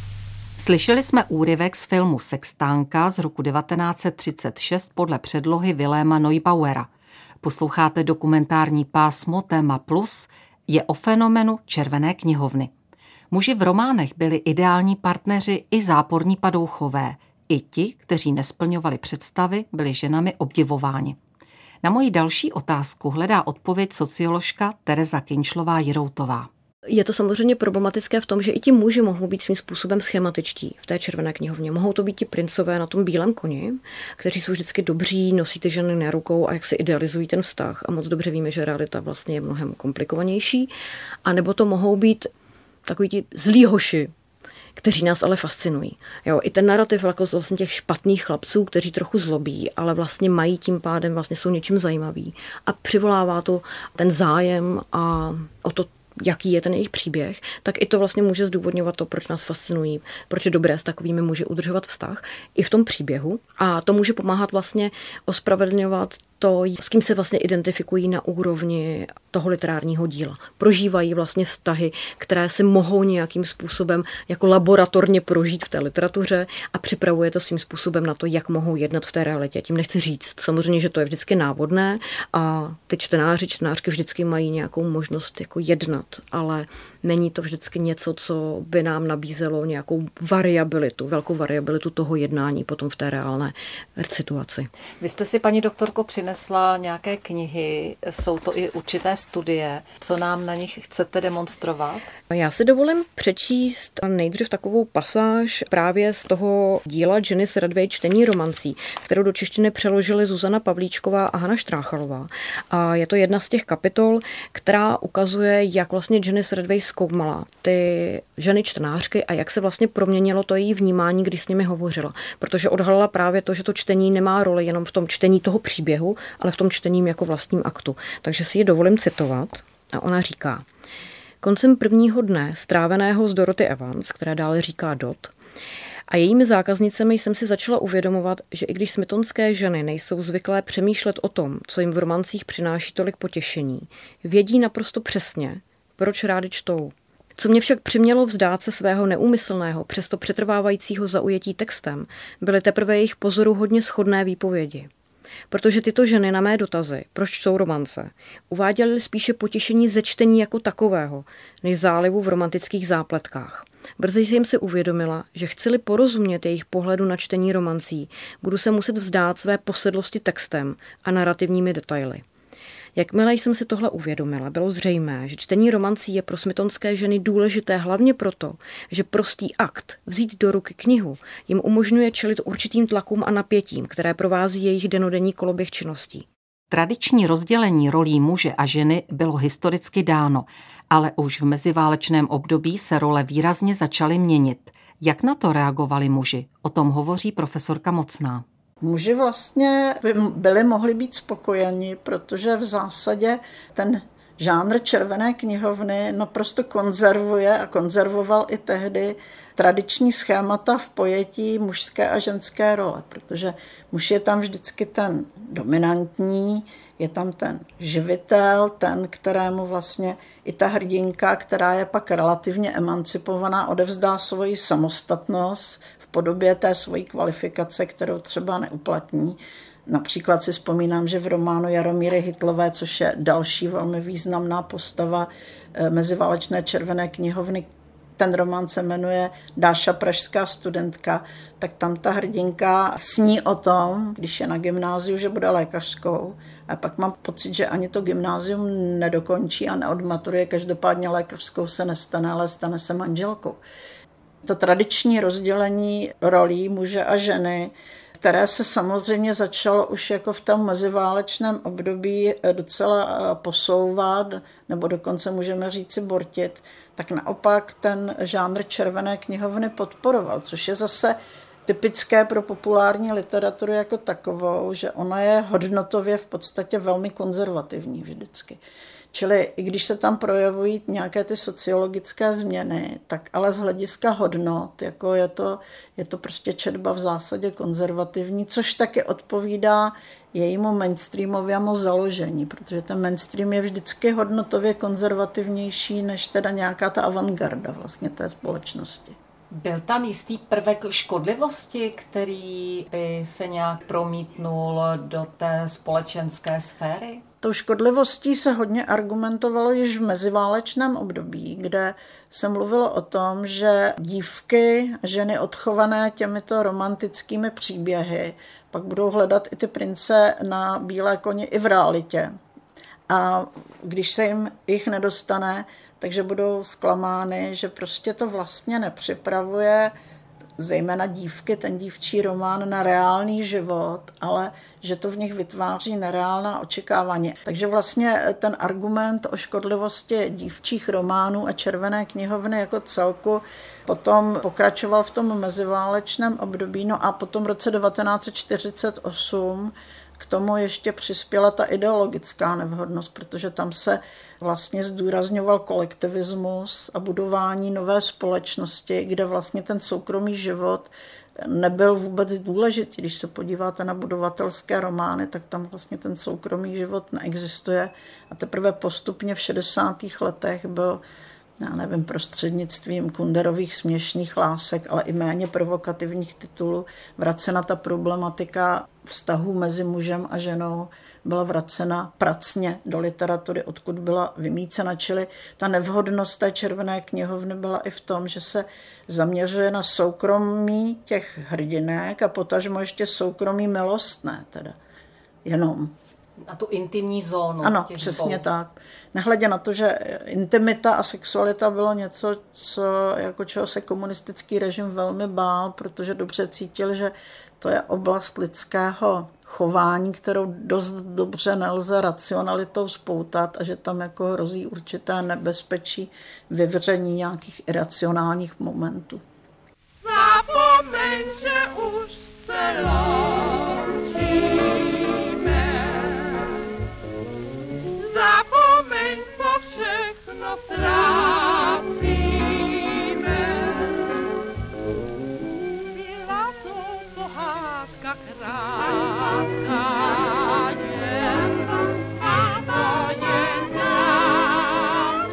Slyšeli jsme úryvek z filmu Sextánka z roku devatenáct set třicet šest podle předlohy Viléma Neubauera. Posloucháte dokumentární pásmo Téma Plus, je o fenomenu Červené knihovny. Muži v románech byli ideální partneři i záporní padouchové. I ti, kteří nesplňovali představy, byli ženami obdivováni. Na moji další otázku hledá odpověď socioložka Tereza Kynčlová-Jiroutová. Je to samozřejmě problematické v tom, že i ti muži mohou být svým způsobem schematičtí v té Červené knihovně. Mohou to být ti princové na tom bílém koni, kteří jsou vždycky dobří, nosí ty ženy na rukou a jak si idealizují ten vztah. A moc dobře víme, že realita vlastně je mnohem komplikovanější. A nebo to mohou být takový ti zlí hoši, kteří nás ale fascinují. Jo, i ten narrativ jako vlastně těch špatných chlapců, kteří trochu zlobí, ale vlastně mají tím pádem, vlastně jsou něčím zajímavý. A přivolává to ten zájem a o to, jaký je ten jejich příběh, tak i to vlastně může zdůvodňovat to, proč nás fascinují, proč je dobré s takovými muži udržovat vztah i v tom příběhu. A to může pomáhat vlastně ospravedlňovat to, s kým se vlastně identifikují na úrovni toho literárního díla. Prožívají vlastně vztahy, které si mohou nějakým způsobem jako laboratorně prožít v té literatuře a připravuje to svým způsobem na to, jak mohou jednat v té realitě. Tím nechci říct samozřejmě, že to je vždycky návodné a ty čtenáři, čtenářky vždycky mají nějakou možnost jako jednat, ale není to vždycky něco, co by nám nabízelo nějakou variabilitu, velkou variabilitu toho jednání potom v té reálné situaci. Vy jste si, paní doktorko, přinesla nějaké knihy, jsou to i určité studie. Co nám na nich chcete demonstrovat? Já si dovolím přečíst nejdřív takovou pasáž právě z toho díla Janice Radway Čtení romancí, kterou do češtiny přeložili Zuzana Pavlíčková a Hana Štráchalová. A je to jedna z těch kapitol, která ukazuje, jak vlastně Janice Radway zkoumala ty ženy čtenářky a jak se vlastně proměnilo to její vnímání, když s nimi hovořila. Protože odhalila právě to, že to čtení nemá roli jenom v tom čtení toho příběhu, ale v tom čtení jako vlastním aktu. Takže si ji dovolím citovat. A ona říká: koncem prvního dne, stráveného s Dorothy Evans, která dále říká Dot, a jejími zákaznicemi jsem si začala uvědomovat, že i když smithonské ženy nejsou zvyklé přemýšlet o tom, co jim v romancích přináší tolik potěšení, vědí naprosto přesně, proč rády čtou. Co mě však přimělo vzdát se svého neúmyslného, přesto přetrvávajícího zaujetí textem, byly teprve jejich pozoruhodně shodné výpovědi. Protože tyto ženy na mé dotazy, proč čtou romance, uváděly spíše potěšení ze čtení jako takového, než zálivu v romantických zápletkách. Brzy jsem si uvědomila, že chci-li porozumět jejich pohledu na čtení romancí, budu se muset vzdát své posedlosti textem a narrativními detaily. Jakmile jsem si tohle uvědomila, bylo zřejmé, že čtení romancí je pro smithonské ženy důležité hlavně proto, že prostý akt vzít do ruky knihu jim umožňuje čelit určitým tlakům a napětím, které provází jejich dennodenní koloběh činností. Tradiční rozdělení rolí muže a ženy bylo historicky dáno, ale už v meziválečném období se role výrazně začaly měnit. Jak na to reagovali muži? O tom hovoří profesorka Mocná. Muži vlastně by byli mohli být spokojeni, protože v zásadě ten žánr Červené knihovny naprosto konzervuje a konzervoval i tehdy tradiční schémata v pojetí mužské a ženské role, protože muž je tam vždycky ten dominantní, je tam ten živitel, ten, kterému vlastně i ta hrdinka, která je pak relativně emancipovaná, odevzdá svoji samostatnost v podobě té svojí kvalifikace, kterou třeba neuplatní. Například si vzpomínám, že v románu Jaromíry Hytlové, což je další velmi významná postava meziválečné Červené knihovny, ten román se jmenuje Dáša, pražská studentka, tak tam ta hrdinka sní o tom, když je na gymnáziu, že bude lékařskou. A pak mám pocit, že ani to gymnázium nedokončí a neodmaturuje, každopádně lékařskou se nestane, ale stane se manželkou. To tradiční rozdělení rolí muže a ženy, které se samozřejmě začalo už jako v tom meziválečném období docela posouvat, nebo dokonce můžeme říci bortit, tak naopak ten žánr Červené knihovny podporoval, což je zase typické pro populární literaturu jako takovou, že ona je hodnotově v podstatě velmi konzervativní vždycky. Čili i když se tam projevují nějaké ty sociologické změny, tak ale z hlediska hodnot, jako je to, je to prostě četba v zásadě konzervativní, což taky odpovídá jejímu mainstreamovému založení, protože ten mainstream je vždycky hodnotově konzervativnější než teda nějaká ta avantgarda vlastně té společnosti. Byl tam jistý prvek škodlivosti, který by se nějak promítnul do té společenské sféry? Tou škodlivostí se hodně argumentovalo již v meziválečném období, kde se mluvilo o tom, že dívky, ženy odchované těmito romantickými příběhy, pak budou hledat i ty prince na bílé koni i v realitě. A když se jim jich nedostane, takže budou zklamány, že prostě to vlastně nepřipravuje zejména dívky, ten dívčí román na reálný život, ale že to v nich vytváří nereálná očekávání. Takže vlastně ten argument o škodlivosti dívčích románů a Červené knihovny jako celku potom pokračoval v tom meziválečném období. No a potom v roce devatenáct set čtyřicet osm k tomu ještě přispěla ta ideologická nevhodnost, protože tam se vlastně zdůrazňoval kolektivismus a budování nové společnosti, kde vlastně ten soukromý život nebyl vůbec důležitý. Když se podíváte na budovatelské romány, tak tam vlastně ten soukromý život neexistuje a teprve postupně v šedesátých letech byl, já nevím, prostřednictvím Kunderových směšných lásek, ale i méně provokativních titulů vracena ta problematika vztahů mezi mužem a ženou, byla vracena pracně do literatury, odkud byla vymýcena. Čili ta nevhodnost té Červené knihovny byla i v tom, že se zaměřuje na soukromí těch hrdinek a potažmo ještě soukromí milostné teda. Jenom. Na tu intimní zónu. Ano, přesně dvou. Tak. Nehledě na to, že intimita a sexualita bylo něco, co, jako čeho se komunistický režim velmi bál, protože dobře cítil, že to je oblast lidského chování, kterou dost dobře nelze racionalitou spoutat a že tam jako hrozí určité nebezpečí vyvření nějakých iracionálních momentů. Zapomeň, že už se zapomeň, co všechno trápíme. Byla to pohádka krátká jen, a to jen nám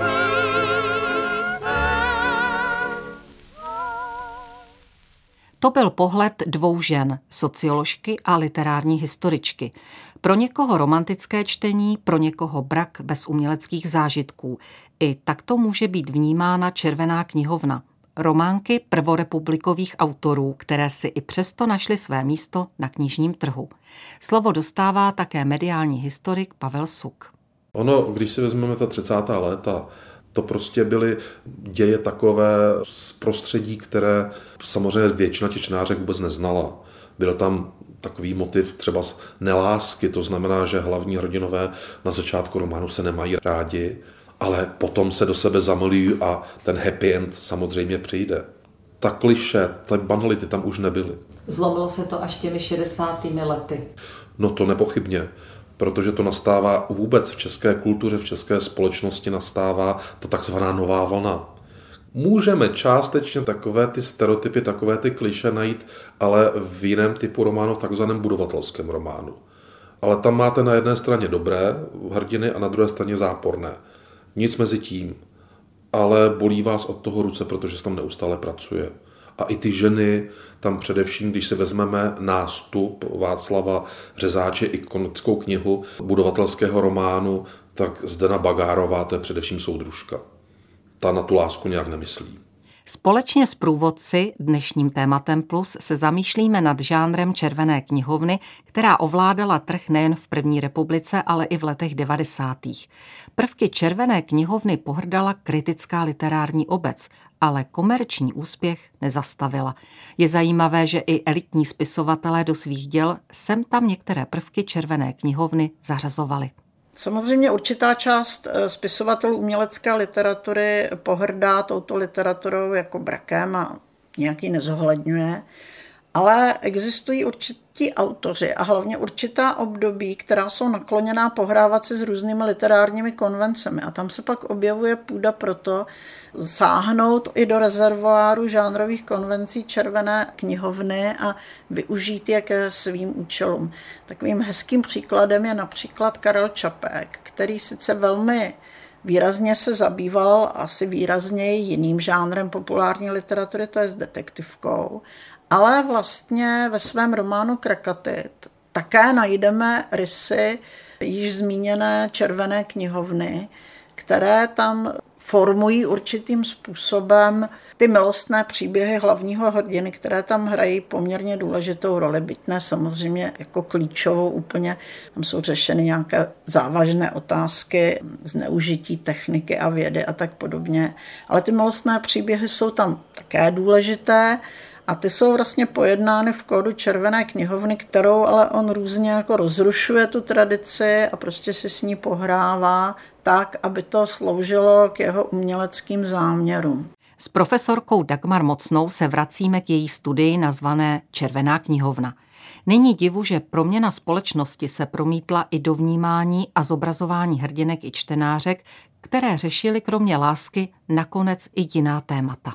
To byl pohled dvou žen, socioložky a literární historičky. Pro někoho romantické čtení, pro někoho brak bez uměleckých zážitků. I takto může být vnímána Červená knihovna. Románky prvorepublikových autorů, které si i přesto našly své místo na knižním trhu. Slovo dostává také mediální historik Pavel Suk. Ono, když si vezmeme ta třicátá léta, to prostě byly děje takové z prostředí, které samozřejmě většina těch čtenářek vůbec neznala. Byl tam takový motiv třeba z nelásky, to znamená, že hlavní hrdinové na začátku románu se nemají rádi, ale potom se do sebe zamilují a ten happy end samozřejmě přijde. Ta kliše, ty banality tam už nebyly. Zlomilo se to až těmi šedesátými lety. No to nepochybně. protože to nastává vůbec v české kultuře, v české společnosti nastává ta takzvaná nová vlna. Můžeme částečně takové ty stereotypy, takové ty klišé najít, ale v jiném typu románu, v takzvaném budovatelském románu. Ale tam máte na jedné straně dobré hrdiny a na druhé straně záporné. Nic mezi tím. Ale bolí vás od toho ruce, protože se tam neustále pracuje. A i ty ženy, tam především, když si vezmeme nástup Václava Řezáče, ikonickou knihu budovatelského románu, tak Zdena Bagárová, to je především soudružka. Ta na tu lásku nějak nemyslí. Společně s průvodci dnešním tématem Plus se zamýšlíme nad žánrem červené knihovny, která ovládala trh nejen v první republice, ale i v letech devadesátých. Prvky červené knihovny pohrdala kritická literární obec, ale komerční úspěch nezastavila. Je zajímavé, že i elitní spisovatelé do svých děl sem tam některé prvky červené knihovny zařazovali. Samozřejmě určitá část spisovatelů umělecké literatury pohrdá touto literaturou jako brakem a nějaký nezohledňuje, ale existují určití autoři a hlavně určitá období, která jsou nakloněná pohrávat si s různými literárními konvencemi a tam se pak objevuje půda pro to sáhnout i do rezervoáru žánrových konvencí červené knihovny a využít je ke svým účelům. Takovým hezkým příkladem je například Karel Čapek, který sice velmi výrazně se zabýval asi výrazněji jiným žánrem populární literatury, to je s detektivkou, ale vlastně ve svém románu Krakatit také najdeme rysy již zmíněné červené knihovny, které tam formují určitým způsobem ty milostné příběhy hlavního hrdiny, které tam hrají poměrně důležitou roli, byť ne samozřejmě jako klíčovou úplně. Tam jsou řešeny nějaké závažné otázky, zneužití techniky a vědy a tak podobně. Ale ty milostné příběhy jsou tam také důležité a ty jsou vlastně pojednány v kódu červené knihovny, kterou ale on různě jako rozrušuje tu tradici a prostě si s ní pohrává tak, aby to sloužilo k jeho uměleckým záměrům. S profesorkou Dagmar Mocnou se vracíme k její studii nazvané Červená knihovna. Není divu, že proměna společnosti se promítla i do vnímání a zobrazování hrdinek i čtenářek, které řešily kromě lásky nakonec i jiná témata.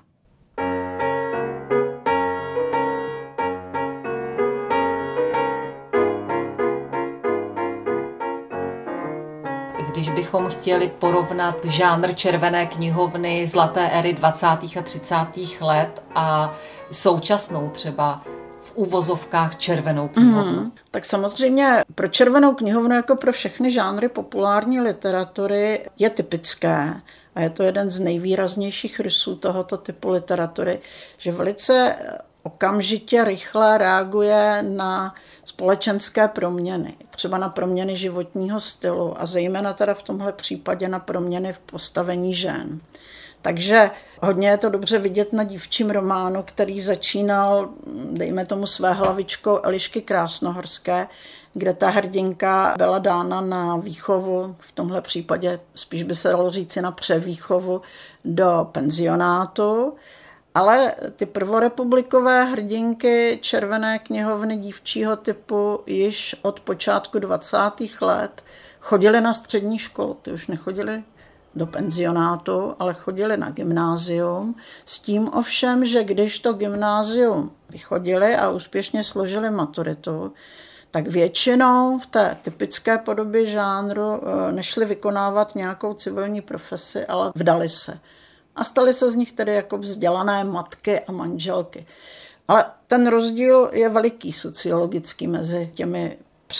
Když bychom chtěli porovnat žánr červené knihovny zlaté éry dvacátých a třicátých let a současnou třeba v uvozovkách červenou knihovnu. Mm, tak samozřejmě pro červenou knihovnu jako pro všechny žánry populární literatury je typické a je to jeden z nejvýraznějších rysů tohoto typu literatury, že velice okamžitě rychle reaguje na společenské proměny, třeba na proměny životního stylu a zejména teda v tomhle případě na proměny v postavení žen. Takže hodně je to dobře vidět na dívčím románu, který začínal, dejme tomu, své hlavičkou Elišky Krásnohorské, kde ta hrdinka byla dána na výchovu, v tomhle případě spíš by se dalo říci na převýchovu do penzionátu. Ale ty prvorepublikové hrdinky červené knihovny dívčího typu již od počátku dvacátých let chodily na střední školu. Ty už nechodily do penzionátu, ale chodili na gymnázium. S tím ovšem, že když to gymnázium vychodili a úspěšně složili maturitu, tak většinou v té typické podobě žánru nešli vykonávat nějakou civilní profesi, ale vdali se. A staly se z nich tedy jako vzdělané matky a manželky. Ale ten rozdíl je veliký sociologický mezi těmi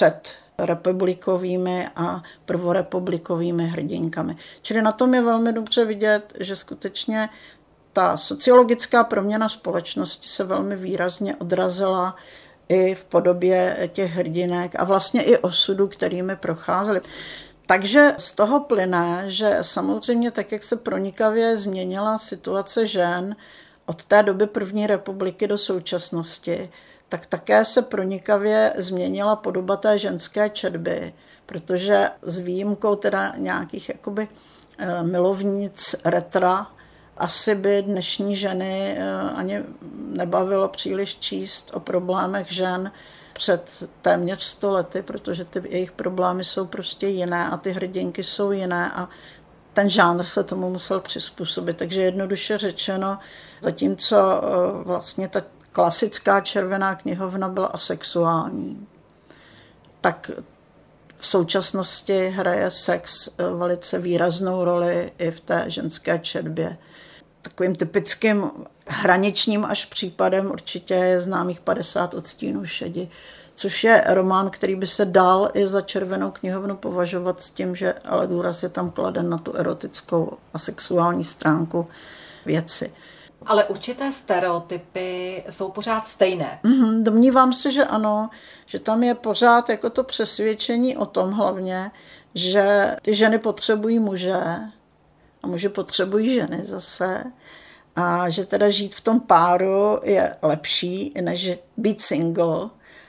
předrepublikovými a prvorepublikovými hrdinkami. Čili na tom je velmi dobře vidět, že skutečně ta sociologická proměna společnosti se velmi výrazně odrazila i v podobě těch hrdinek a vlastně i osudu, kterými procházeli. Takže z toho plyne, že samozřejmě tak, jak se pronikavě změnila situace žen od té doby první republiky do současnosti, tak také se pronikavě změnila podoba té ženské četby, protože s výjimkou teda nějakých jakoby milovnic retra asi by dnešní ženy ani nebavilo příliš číst o problémech žen před téměř sto lety, protože ty jejich problémy jsou prostě jiné a ty hrdinky jsou jiné a ten žánr se tomu musel přizpůsobit. Takže jednoduše řečeno, zatímco vlastně ta klasická Červená knihovna byla asexuální, tak v současnosti hraje sex velice výraznou roli i v té ženské četbě. Takovým typickým hraničním až případem určitě je známých padesát odstínů šedi, což je román, který by se dal i za Červenou knihovnu považovat s tím, že ale důraz je tam kladen na tu erotickou a sexuální stránku věci. Ale určité stereotypy jsou pořád stejné. Mm, domnívám se, že ano, že tam je pořád jako to přesvědčení o tom hlavně, že ty ženy potřebují muže a muži potřebují ženy zase a že teda žít v tom páru je lepší, než být single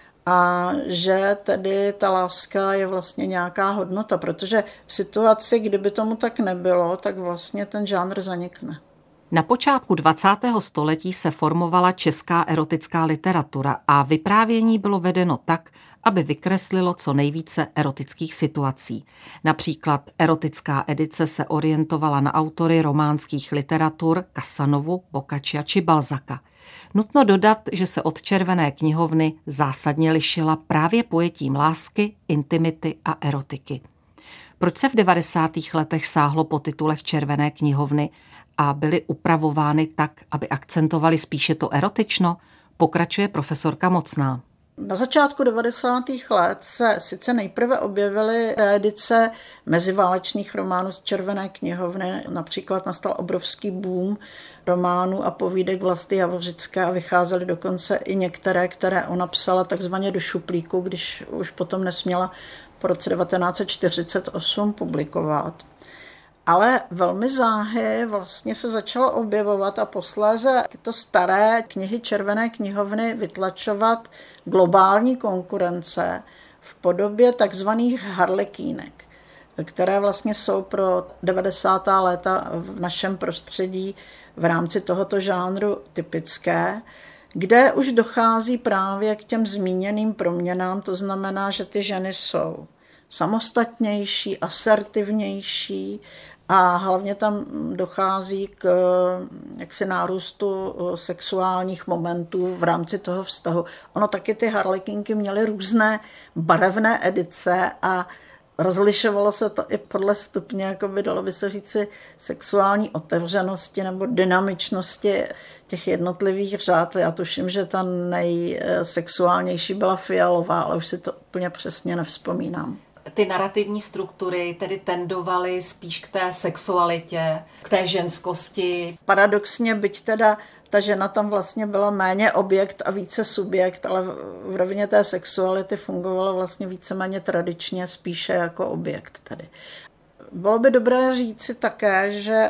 a že tedy ta láska je vlastně nějaká hodnota, protože v situaci, kdyby tomu tak nebylo, tak vlastně ten žánr zanikne. Na počátku dvacátého století se formovala česká erotická literatura a vyprávění bylo vedeno tak, aby vykreslilo co nejvíce erotických situací. Například erotická edice se orientovala na autory románských literatur Casanovu, Boccaccia či Balzaca. Nutno dodat, že se od Červené knihovny zásadně lišila právě pojetím lásky, intimity a erotiky. Proč se v devadesátých letech sáhlo po titulech Červené knihovny a byly upravovány tak, aby akcentovali spíše to erotično, pokračuje profesorka Mocná. Na začátku devadesátých let se sice nejprve objevily reedice meziválečných románů z Červené knihovny, například nastal obrovský boom románů a povídek Vlasty Javořické a vycházely dokonce i některé, které ona psala takzvaně do šuplíku, když už potom nesměla po roce devatenáct set čtyřicet osm publikovat. Ale velmi záhy vlastně se začalo objevovat a posléze tyto staré knihy Červené knihovny vytlačovat globální konkurence v podobě takzvaných harlekínek, které vlastně jsou pro devadesátá léta v našem prostředí v rámci tohoto žánru typické, kde už dochází právě k těm zmíněným proměnám, to znamená, že ty ženy jsou samostatnější, asertivnější a hlavně tam dochází k jaksi nárůstu sexuálních momentů v rámci toho vztahu. Ono taky ty harlekinky měly různé barevné edice a rozlišovalo se to i podle stupně, jako by dalo by se říci, sexuální otevřenosti nebo dynamičnosti těch jednotlivých řád. Já tuším, že ta nejsexuálnější byla fialová, ale už si to úplně přesně nevzpomínám. Ty narrativní struktury tedy tendovaly spíš k té sexualitě, k té ženskosti. Paradoxně, byť teda ta žena tam vlastně byla méně objekt a více subjekt, ale v rovině té sexuality fungovala vlastně víceméně tradičně spíše jako objekt tady. Bylo by dobré říci také, že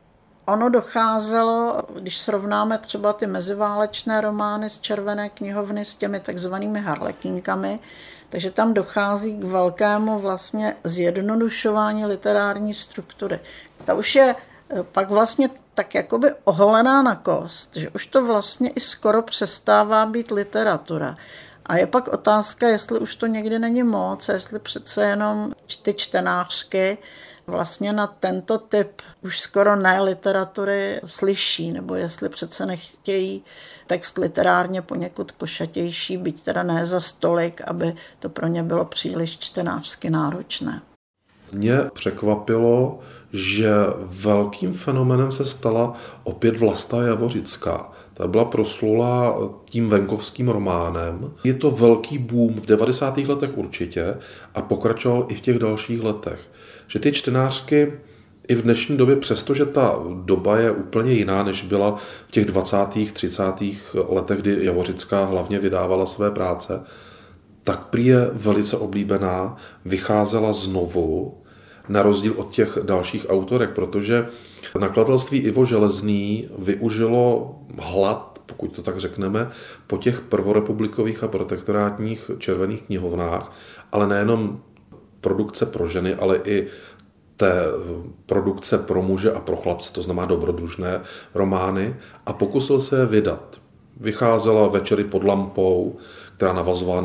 ono docházelo, když srovnáme třeba ty meziválečné romány z Červené knihovny s těmi takzvanými harlekinkami, takže tam dochází k velkému vlastně zjednodušování literární struktury. Ta už je pak vlastně tak jakoby oholená na kost, že už to vlastně i skoro přestává být literatura. A je pak otázka, jestli už to někdy není moc, jestli přece jenom ty čtenářky vlastně na tento typ už skoro ne literatury slyší, nebo jestli přece nechtějí text literárně poněkud košatější, byť teda ne za stolik, aby to pro ně bylo příliš čtenářsky náročné. Mě překvapilo, že velkým fenomenem se stala opět Vlasta Javořická. Ta byla proslula tím venkovským románem. Je to velký boom v devadesátých letech určitě a pokračoval i v těch dalších letech. Že ty čtenářky i v dnešní době, přestože ta doba je úplně jiná, než byla v těch dvacátých, třicátých letech, kdy Javořická hlavně vydávala své práce, tak prý je velice oblíbená, vycházela znovu, na rozdíl od těch dalších autorek, protože nakladatelství Ivo Železný využilo hlad, pokud to tak řekneme, po těch prvorepublikových a protektorátních červených knihovnách, ale nejenom produkce pro ženy, ale i té produkce pro muže a pro chlapce, to znamená dobrodružné romány, a pokusil se je vydat. Vycházela Večery pod lampou, která navazovala na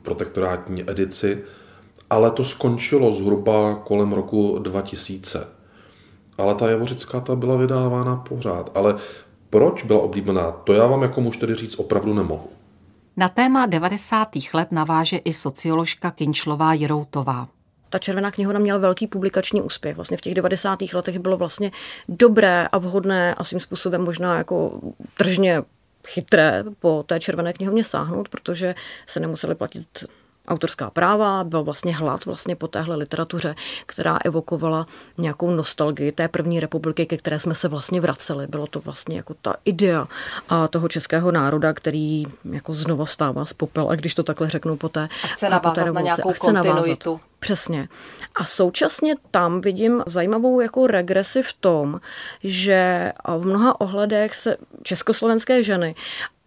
protektorátní edici, ale to skončilo zhruba kolem roku dva tisíce. Ale ta Javořická ta byla vydávána pořád. Ale proč byla oblíbená, to já vám jako muž tedy říct opravdu nemohu. Na téma devadesátých let naváže i socioložka Kynčlová Jiroutová. Ta Červená knihovna měla velký publikační úspěch. Vlastně v těch devadesátých letech bylo vlastně dobré a vhodné a svým způsobem možná jako tržně chytré po té Červené knihovně sáhnout, protože se nemuseli platit autorská práva, byl vlastně hlad vlastně po téhle literatuře, která evokovala nějakou nostalgii té první republiky, ke které jsme se vlastně vraceli. Bylo to vlastně jako ta idea a toho českého národa, který jako znova stává z popela, když to takhle řeknu po té a chce navázat na nějakou kontinuitu. Přesně. A současně tam vidím zajímavou jako regresi v tom, že v mnoha ohledech se československé ženy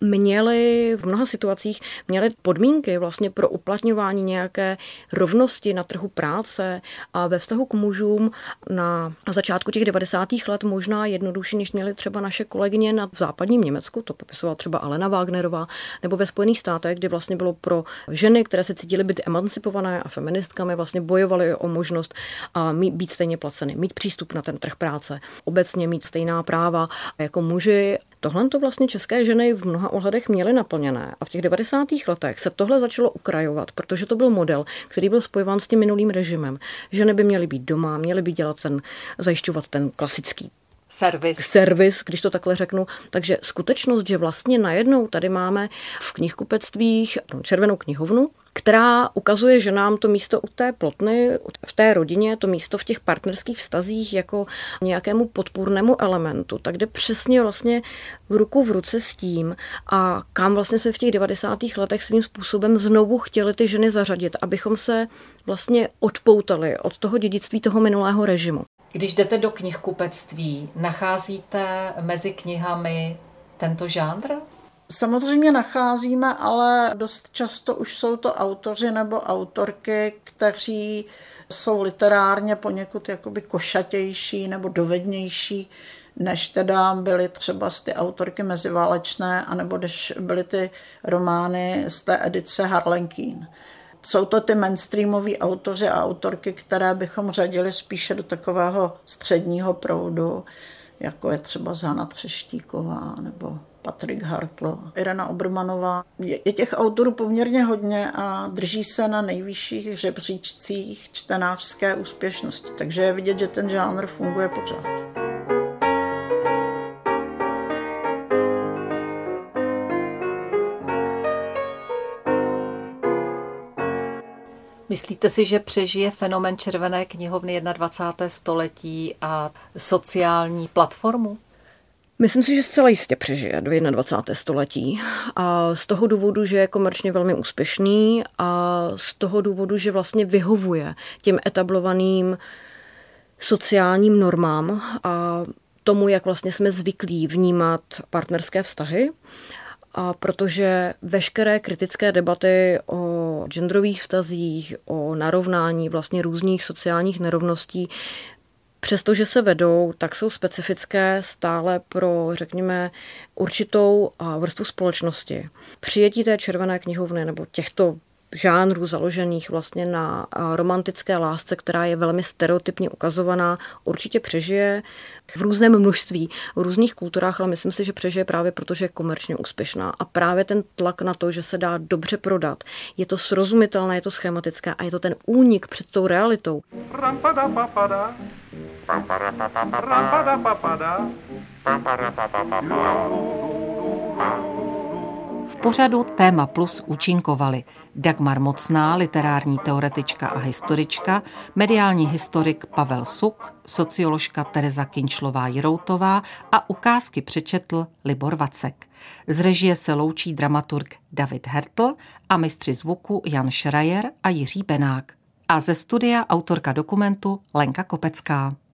měly v mnoha situacích měly podmínky vlastně pro uplatňování nějaké rovnosti na trhu práce a ve vztahu k mužům na začátku těch devadesátých let možná jednodušší, než měly třeba naše kolegyně na v západním Německu, to popisovala třeba Alena Wagnerová, nebo ve Spojených státech, kdy vlastně bylo pro ženy, které se cítily být emancipované a feministkami, vlastně bojovaly o možnost a mít, být stejně placeny, mít přístup na ten trh práce, obecně mít stejná práva jako muži. Tohle to vlastně české ženy v mnoha ohledech měly naplněné a v těch devadesátých letech se tohle začalo ukrajovat, protože to byl model, který byl spojován s tím minulým režimem. Ženy by měly být doma, měly by dělat ten, zajišťovat ten klasický Servis. Servis, když to takhle řeknu. Takže skutečnost, že vlastně najednou tady máme v knihkupectvích Červenou knihovnu, která ukazuje ženám to místo u té plotny, v té rodině, to místo v těch partnerských vztazích jako nějakému podpůrnému elementu, tak jde přesně vlastně v ruku v ruce s tím a kam vlastně se v těch devadesátých letech svým způsobem znovu chtěli ty ženy zařadit, abychom se vlastně odpoutali od toho dědictví toho minulého režimu. Když jdete do knihkupectví, nacházíte mezi knihami tento žánr? Samozřejmě nacházíme, ale dost často už jsou to autoři nebo autorky, kteří jsou literárně poněkud jakoby košatější nebo dovednější, než teda byly třeba z ty autorky meziválečné, anebo když byly ty romány z té edice Harlequin. Jsou to ty mainstreamoví autoři a autorky, které bychom řadili spíše do takového středního proudu, jako je třeba Hana Třeštíková nebo Patrik Hartl, Irena Obermanová. Je, je těch autorů poměrně hodně a drží se na nejvyšších žebříčcích čtenářské úspěšnosti, takže je vidět, že ten žánr funguje pořád. Myslíte si, že přežije fenomén Červené knihovny dvacátého prvního století a sociální platformu? Myslím si, že zcela jistě přežije do dvacátého prvního století. A z toho důvodu, že je komerčně velmi úspěšný a z toho důvodu, že vlastně vyhovuje těm etablovaným sociálním normám a tomu, jak vlastně jsme zvyklí vnímat partnerské vztahy. A protože veškeré kritické debaty o genderových vztazích, o narovnání vlastně různých sociálních nerovností, přestože se vedou, tak jsou specifické stále pro, řekněme, určitou vrstvu společnosti. Přijetí té Červené knihovny nebo těchto žánrů založených vlastně na romantické lásce, která je velmi stereotypně ukazovaná, určitě přežije v různém množství, v různých kulturách, ale myslím si, že přežije právě protože je komerčně úspěšná. A právě ten tlak na to, že se dá dobře prodat, je to srozumitelné, je to schematické a je to ten únik před tou realitou. V pořadu Téma Plus účinkovali Dagmar Mocná, literární teoretička a historička, mediální historik Pavel Suk, socioložka Tereza Kynčlová Jiroutová a ukázky přečetl Libor Vacek. Z režie se loučí dramaturg David Hertl a mistři zvuku Jan Schreier a Jiří Benák. A ze studia autorka dokumentu Lenka Kopecká.